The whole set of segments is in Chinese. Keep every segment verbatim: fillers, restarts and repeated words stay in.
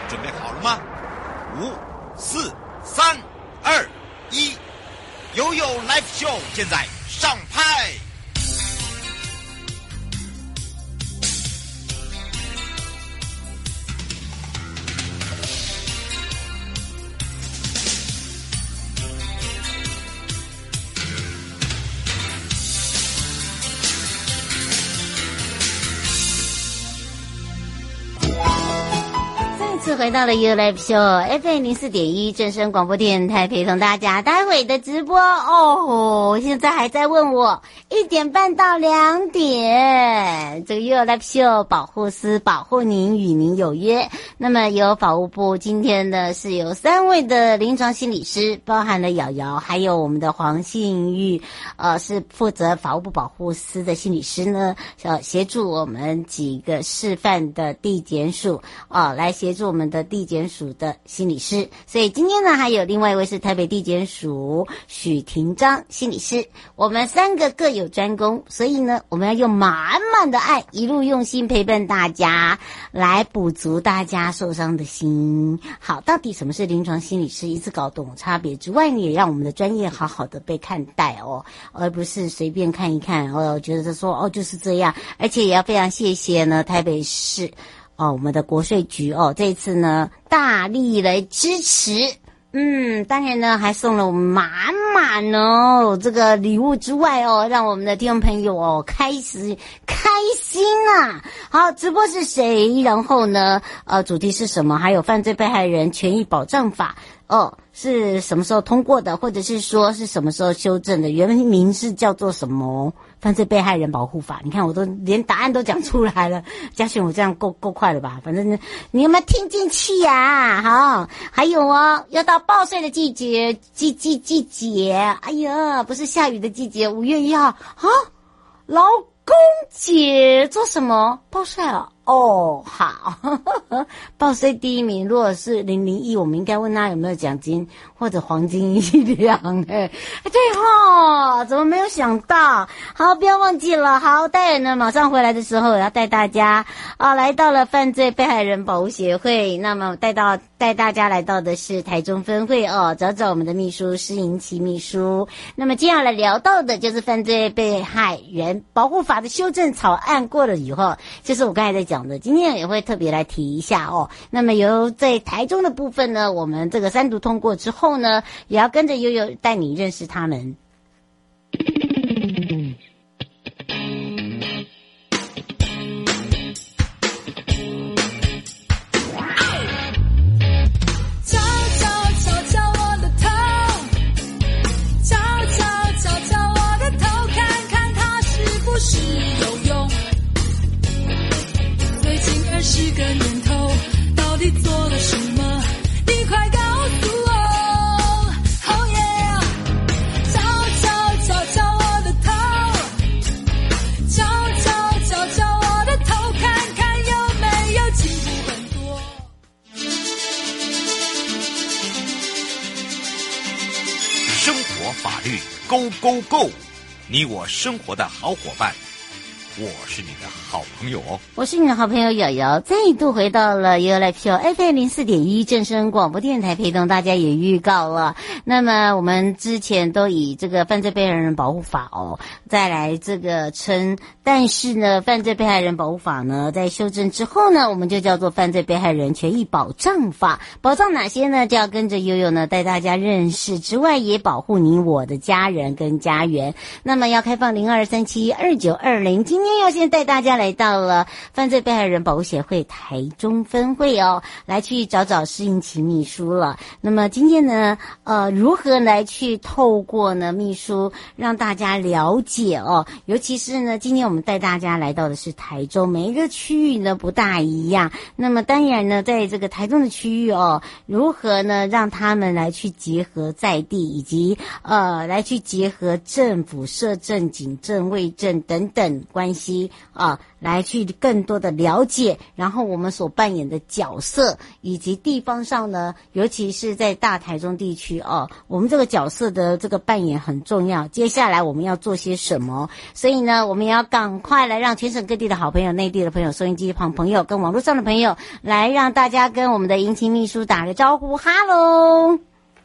准备好了吗？五、四、三、二、一，悠悠 Live Show 现在上拍。 次回到了 You Live Show F M 零四点一正声广播电台，陪同大家待会的直播哦。现在还在问我一点半到两点，这个 You Live Show 保护司保护您，与您有约。那么由法务部今天呢是有三位的临床心理师，包含了瑶瑶，还有我们的黄信玉，呃，是负责法务部保护司的心理师呢，呃，协助我们几个示范的地检署啊、呃，来协助我们的地检署的心理师。所以今天呢还有另外一位是台北地检署许廷章心理师，我们三个各有专攻，所以呢我们要用满满的爱，一路用心陪伴大家，来补足大家受伤的心。好，到底什么是临床心理师，一次搞懂差别之外，你也让我们的专业好好的被看待哦，而不是随便看一看哦，觉得说哦就是这样。而且也要非常谢谢呢台北市哦，我们的国税局哦，这一次呢大力来支持，嗯，当然呢还送了我们满满哦这个礼物之外哦，让我们的听众朋友哦开始开心啊。好，直播是谁？然后呢，呃，主题是什么？还有犯罪被害人权益保障法哦，是什么时候通过的？或者是说是什么时候修正的？原名是叫做什么？犯罪被害人保护法。你看我都连答案都讲出来了，嘉轩我这样够够快了吧？反正你有没有听进去呀、啊？好，还有哦，要到报税的季节，季季季节，哎呀，不是下雨的季节，五月一号啊，劳工节做什么？报税啊？哦，好，报税第一名，如果是零零一，我们应该问他有没有奖金或者黄金一两。哎，对齁，怎么没有想到？好，不要忘记了。好，待会呢，马上回来的时候，我要带大家啊，来到了犯罪被害人保护协会。那么带到带大家来到的是台中分会哦，找找我们的秘书施莹琪秘书。那么接下来聊到的就是犯罪被害人保护法的修正草案过了以后，就是我刚才在讲的，今天也会特别来提一下哦。那么由在台中的部分呢，我们这个三读通过之后呢，也要跟着悠悠带你认识他们。 十个年头到底做了什么？你快告诉我 ！Oh yeah！ 敲敲敲敲我的头，敲敲敲敲我的头，看看有没有进步很多。 生活法律 Go Go Go， 你我生活的好伙伴。我是你的好朋友哦， 我是你的好朋友瑶瑶，再度回到了 You Live Show F M 零四点一正声广播电台，陪同大家也预告了。那么我们之前都以这个犯罪被害人保护法哦，再来这个称，但是呢，犯罪被害人保护法呢，在修正之后呢，我们就叫做犯罪被害人权益保障法。保障哪些呢？就要跟着悠悠呢带大家认识之外，也保护你我的家人跟家园。那么要开放零二三七二九二零，今天要先带大家来到了犯罪被害人保护协会台中分会哦，来去找找施莹琪秘书了。那么今天呢，呃，如何来去透过呢秘书让大家了解哦，尤其是呢，今天我们带大家来到的是台中，每一个区域呢不大一样。那么当然呢，在这个台中的区域哦，如何呢让他们来去结合在地，以及呃来去结合政府、社政、警政、卫政等等关系啊，来去更多的了解，然后我们所扮演的角色，以及地方上呢，尤其是在大台中地区哦，我们这个角色的这个扮演很重要。接下来我们要做些什么？所以呢，我们也要赶快来让全省各地的好朋友、内地的朋友、收音机旁朋友跟网络上的朋友，来让大家跟我们的迎亲秘书打个招呼，哈喽。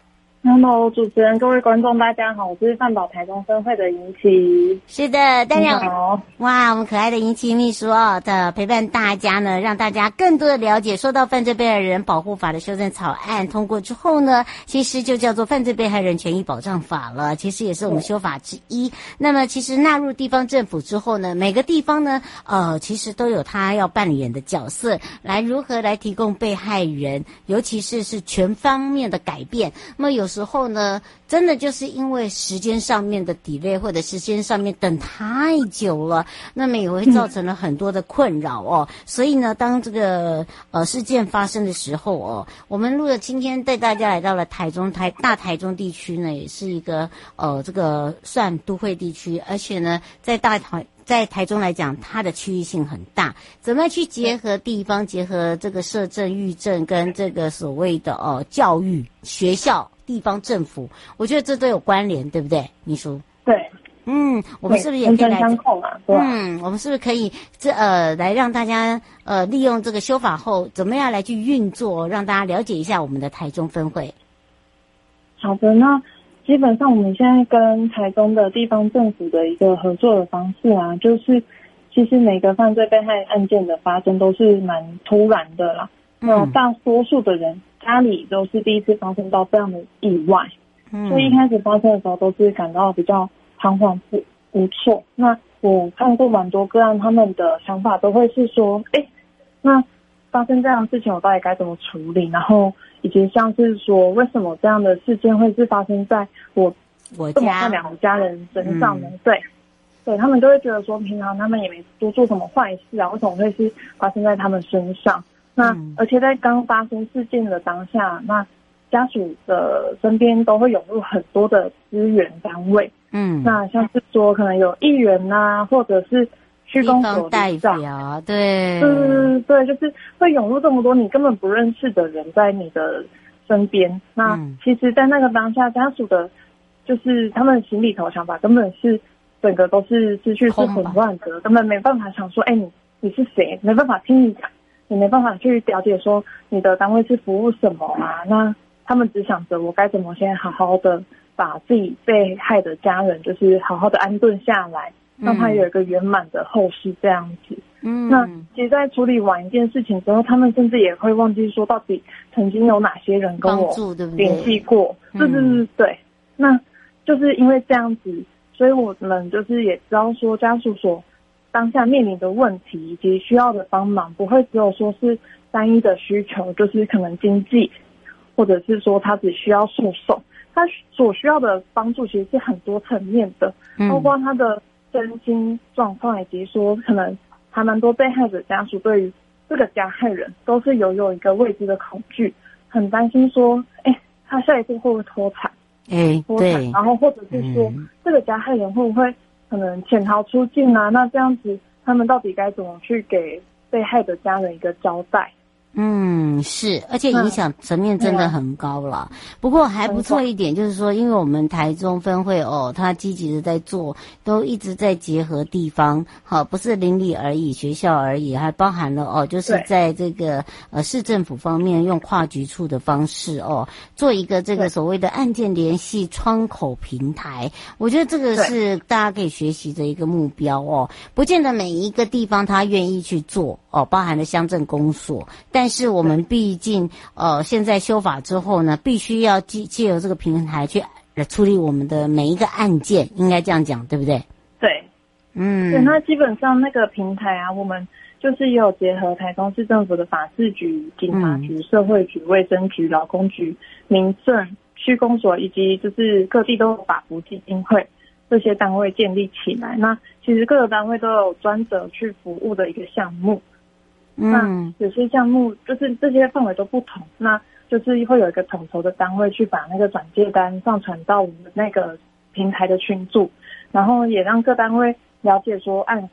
Hello， 主持人，各位观众，大家好，我是饭岛台中分会的迎琪。 是的，当然， 好， 哇，我们可爱的迎琪秘书哦的陪伴大家呢，让大家更多的了解，受到犯罪被害人保护法的修正草案通过之后呢，其实就叫做犯罪被害人权益保障法了，其实也是我们修法之一。那么，其实纳入地方政府之后呢，每个地方呢，呃，其实都有他要扮演的角色，来如何来提供被害人，尤其是是全方面的改变。那么有时候呢，真的就是因为时间上面的 delay 或者时间上面等太久了，那么也会造成了很多的困扰哦。嗯、所以呢，当这个呃事件发生的时候哦，我们录了今天带大家来到了台中台大台中地区呢，也是一个呃这个算都会地区，而且呢，在大台。在台中来讲，它的区域性很大，怎么去结合地方，结合这个社政、育政跟这个所谓的呃教育、学校、地方政府，我觉得这都有关联，对不对，秘书？ 对， 嗯，我们是不是也可以来？ 相扣嘛，对吧？ 嗯，我们是不是可以这呃来让大家呃利用这个修法后，怎么样来去运作，让大家了解一下我们的台中分会？ 好的，那。基本上我们现在跟台中的地方政府的一个合作的方式啊，就是其实每个犯罪被害案件的发生都是蛮突然的啦。嗯、那大多数的人家里都是第一次发生到这样的意外，嗯、所以一开始发生的时候都是感到比较彷徨不无措。那我看过蛮多个案，他们的想法都会是说，哎，那发生这样的事情我到底该怎么处理？然后以及像是说，为什么这样的事件会是发生在我我这么善良的家人身上呢？嗯、对，对他们就会觉得说，平常他们也没多做什么坏事啊，为什么会是发生在他们身上？那、嗯、而且在刚发生事件的当下，那家属的身边都会涌入很多的资源单位，嗯，那像是说可能有议员呐、啊，或者是区公所代表，对， 对对，就是会涌入这么多你根本不认识的人在你的身边。那、嗯、其实，在那个当下，家属的，就是他们心里头想法根本是整个都是思绪是混乱的，根本没办法想说，哎，你你是谁？没办法听你讲，你没办法去了解说你的单位是服务什么啊？那他们只想着我该怎么先好好的把自己被害的家人，就是好好的安顿下来。让他有一个圆满的后事这样子。嗯，那其实在处理完一件事情之后，他们甚至也会忘记说到底曾经有哪些人跟我联系过。对对对对，那就是因为这样子，所以我们就是也知道说家属所当下面临的问题以及需要的帮忙，不会只有说是单一的需求，就是可能经济，或者是说他只需要诉讼，他所需要的帮助其实是很多层面的，包括他的身心状况，以及说可能还蛮多被害者家属对于这个加害人都是有有一个未知的恐惧，很担心说，哎，他下一步会不会脱产？ 哎， 脱产，然后或者是说、嗯、这个加害人会不会可能潜逃出境啊？那这样子他们到底该怎么去给被害的家人一个交代？ 嗯，是，而且影响层面真的很高了。嗯、不过还不错一点，就是说，因为我们台中分会哦，他积极的在做，都一直在结合地方，好，不是邻里而已，学校而已，还包含了哦，就是在这个呃市政府方面用跨局处的方式哦，做一个这个所谓的案件联系窗口平台。我觉得这个是大家可以学习的一个目标哦，不见得每一个地方他愿意去做哦，包含了乡镇公所。但是我们毕竟呃现在修法之后呢，必须要借借由这个平台去处理我们的每一个案件，应该这样讲，对不对？ 对，嗯，对。那基本上那个平台啊，我们就是也有结合台中市政府的法制局、警察局、嗯、社会局、卫生局、劳工局、民政、区公所以及就是各地都有法服基金会这些单位建立起来。那其实各个单位都有专责去服务的一个项目。那有些项目就是这些范围都不同，那就是会有一个统筹的单位去把那个转介单上传到我们那个平台的群组，然后也让各单位了解说案况，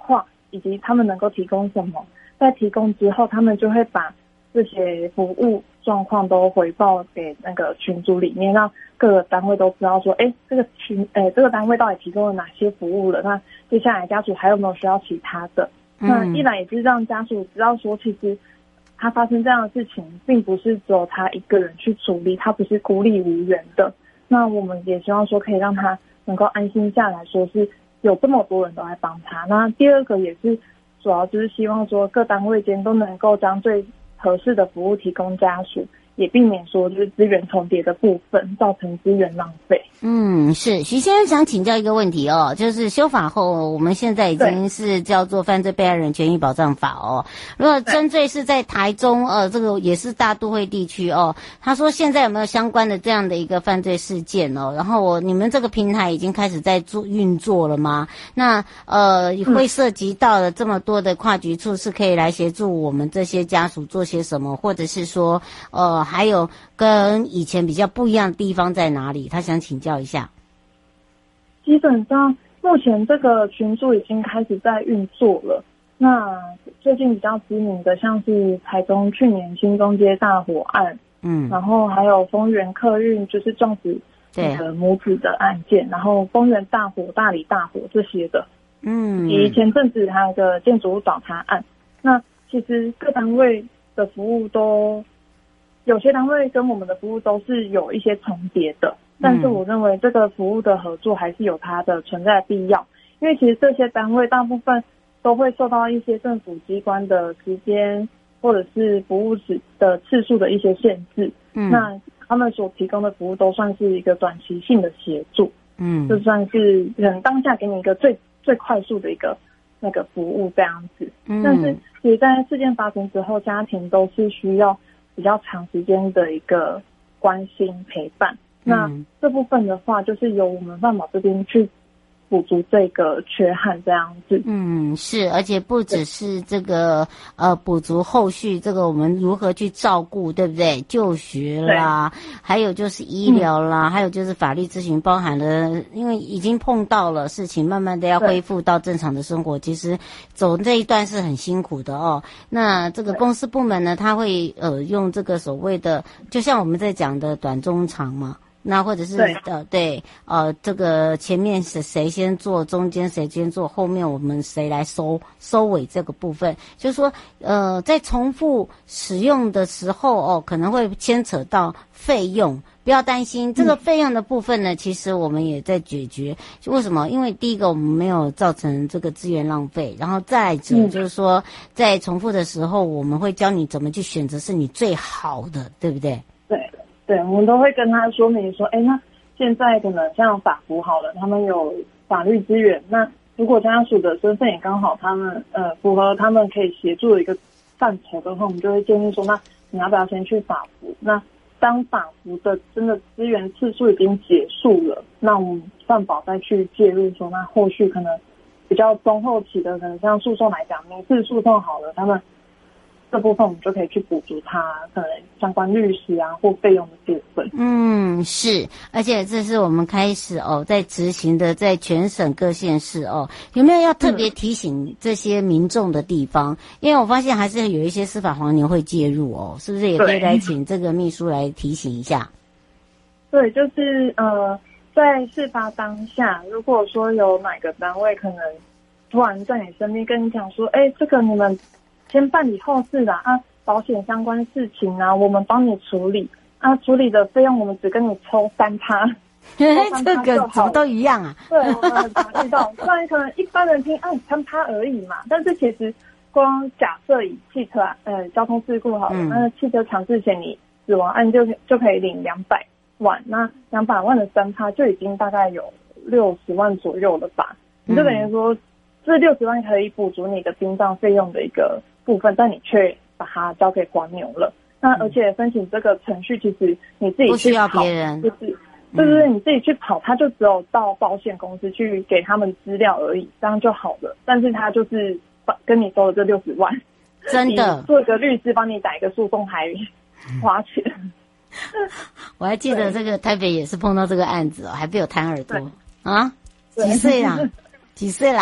以及他们能够提供什么。在提供之后，他们就会把这些服务状况都回报给那个群组里面，让各个单位都知道说，哎，这个群，哎，这个单位到底提供了哪些服务了？那接下来家属还有没有需要其他的？嗯、那一来也是让家属知道说，其实他发生这样的事情，并不是只有他一个人去处理，他不是孤立无援的。那我们也希望说，可以让他能够安心下来，说是有这么多人都来帮他。那第二个也是主要就是希望说，各单位间都能够将最合适的服务提供家属，也避免说就是资源重叠的部分造成资源浪费。 嗯，是徐先生想请教一个问题哦，就是修法后，我们现在已经是叫做犯罪被害人权益保障法哦。如果针对是在台中，呃，这个也是大都会地区哦，他说现在有没有相关的这样的一个犯罪事件哦？然后我你们这个平台已经开始在做运作了吗？那呃，会涉及到了这么多的跨局处，是可以来协助我们这些家属做些什么，或者是说，呃，还有跟以前比较不一样的地方在哪里？他想请教一下。 基本上目前这个群组已经开始在运作了。那最近比较知名的像是台中去年新中街大火案，嗯，然后还有丰原客运就是撞死那个母子的案件，然后丰原大火、大理大火这些的，嗯，以及前阵子还有个建筑物倒塌案。那其实各单位的服务都有些单位跟我们的服务都是有一些重叠的，但是我认为这个服务的合作还是有它的存在的必要，因为其实这些单位大部分都会受到一些政府机关的时间或者是服务时的次数的一些限制，嗯，那他们所提供的服务都算是一个短期性的协助，嗯，就算是可能当下给你一个最最快速的一个那个服务这样子，嗯，但是其实在事件发生之后，家庭都是需要比较长时间的一个关心陪伴，那这部分的话就是由我们犯保这边去补足这个缺憾这样子。嗯， 是，而且不只是这个呃补足后续这个我们如何去照顾，对不对？就学啦，还有就是医疗啦，嗯，还有就是法律咨询，包含了因为已经碰到了事情，慢慢的要恢复到正常的生活，其实走这一段是很辛苦的哦。那这个公司部门呢，他会呃用这个所谓的，就像我们在讲的短中长嘛。那或者是呃对呃这个前面是谁先做，中间谁先做，后面我们谁来收收尾这个部分，就是说呃在重复使用的时候哦，可能会牵扯到费用，不要担心这个费用的部分呢，嗯，其实我们也在解决。为什么？因为第一个我们没有造成这个资源浪费，然后再者就是说在重复的时候，我们会教你怎么去选择是你最好的，对不对？ 对。对，我们都会跟他说明说，哎，那现在可能像法服好了，他们有法律资源，那如果家属的身份也刚好他们呃符合他们可以协助的一个范畴的话，我们就会建议说，那你要不要先去法服？那当法服的真的资源次数已经结束了，那我们犯保再去介入说，那后续可能比较中后期的，可能像诉讼来讲，民事诉讼好了，他们这部分我们就可以去补足它可能相关律师啊或费用的部分。嗯， 是，而且这是我们开始哦在执行的，在全省各县市哦，有没有要特别提醒这些民众的地方？嗯，因为我发现还是有一些司法黄牛会介入哦，是不是也可以来请这个秘书来提醒一下？ 对，就是呃，在事发当下，如果说有哪个单位可能突然在你身边跟你讲说，哎，这个你们先办理后事啦，啊，保险相关事情啊，我们帮你处理啊，处理的费用我们只跟你抽三趴， 这个怎么都一样啊？ 对，我们察觉到，虽然可能一般人听，啊，三趴而已嘛，但是其实光假设以汽车呃交通事故好了，嗯，那汽车强制险你死亡案就就可以领两百万，那两百万的三趴就已经大概有六十万左右了吧？你就等于说，这六十万可以补足你的殡葬费用的一个部分，但你却把它交给黄牛了。那而且申请这个程序，其实你自己去跑，不需要别人， 就是就是你自己去跑，它就只有到保险公司去给他们资料而已，这样就好了。但是他就是跟你收了这六十万， 真的做一个律师帮你打一个诉讼还花钱。 我还记得这个台北也是碰到这个案子哦，还被我弹耳朵啊，几岁啦？几岁啦？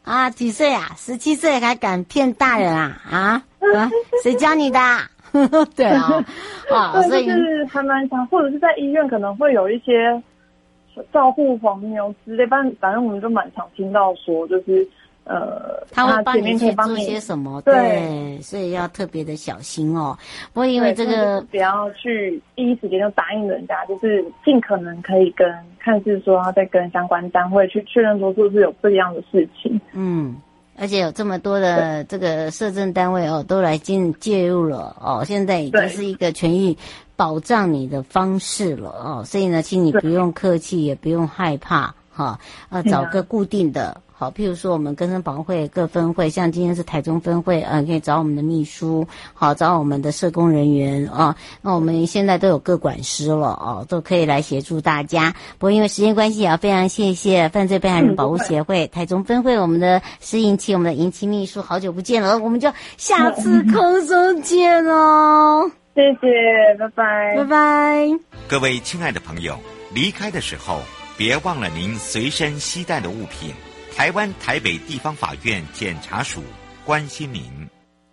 啊，几岁啊？十七岁还敢骗大人啊？啊啊，谁教你的、啊？对啊，啊，所以就是还蛮常，或者是在医院可能会有一些照护黄牛之类，反反正我们就蛮常听到说，就是呃， 他会帮你去帮做些什么， 对， 对，所以要特别的小心哦。不过因为这个不要去第一时间就答应人家，就是尽可能可以跟看是说要再跟相关单位去确认说是不是有这样的事情， 嗯。而且有这么多的这个社政单位哦，都来进介入了哦，现在已经是一个权益保障你的方式了哦，所以呢，请你不用客气，也不用害怕哈，呃，找个固定的。好，譬如说我们根生保护会各分会，像今天是台中分会，呃，可以找我们的秘书，好，找我们的社工人员啊。那我们现在都有个管师了哦，都可以来协助大家。不过因为时间关系，也要非常谢谢犯罪被害人保护协会、嗯、台中分会我们的施银琪，我们的银琪秘书，好久不见了，我们就下次空中见哦。 谢谢，拜拜， 拜拜。 各位亲爱的朋友，离开的时候别忘了您随身携带的物品。台湾台北地方法院检察署关心您。